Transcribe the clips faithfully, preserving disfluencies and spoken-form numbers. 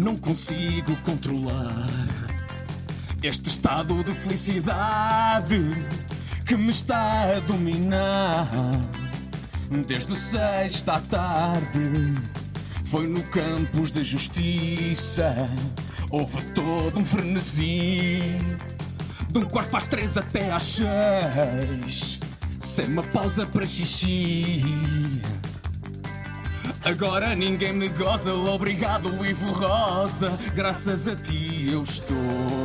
Não consigo controlar este estado de felicidade que me está a dominar. Desde sexta à tarde foi no campus da justiça. Houve todo um frenesi, de um quarto às três até às seis, sem uma pausa para xixi. Agora ninguém me goza, obrigado Ivo Rosa. Graças a ti eu estou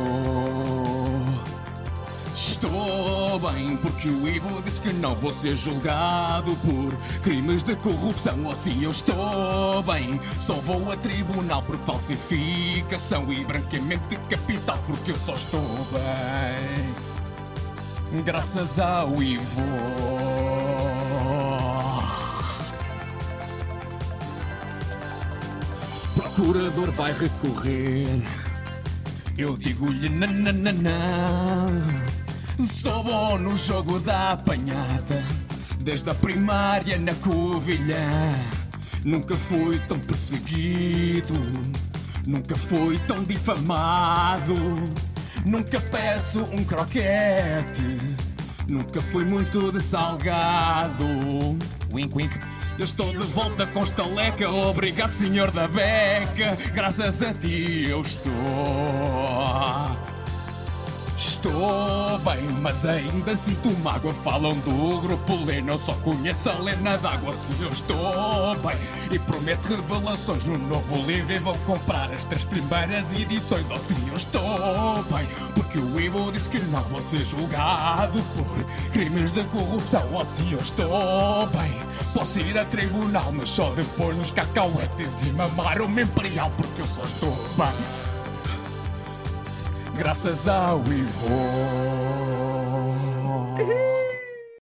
Estou bem, porque o Ivo disse que não vou ser julgado por crimes de corrupção. Ou assim eu estou bem, só vou a tribunal por falsificação e branqueamento de capital, porque eu só estou bem graças ao Ivo. Procurador vai recorrer, eu digo-lhe nananana. Sou bom no jogo da apanhada, desde a primária na Covilhã. Nunca fui tão perseguido, nunca fui tão difamado. Nunca peço um croquete, nunca fui muito de salgado. Wink, wink. Eu estou de volta com estaleca, obrigado senhor da beca. Graças a ti eu estou Estou bem, mas ainda sinto mágoa. Falam do grupo Lê, não só conheço a Lena d'Água. Se eu estou bem e prometo revelações no novo livro, e vou comprar as três primeiras edições. Ou se eu estou bem, porque o Ivo disse que não vou ser julgado por crimes de corrupção. Ou se eu estou bem, posso ir a tribunal, mas só depois dos cacauetes e mamar uma imperial, porque eu só estou bem graças ao Ivo.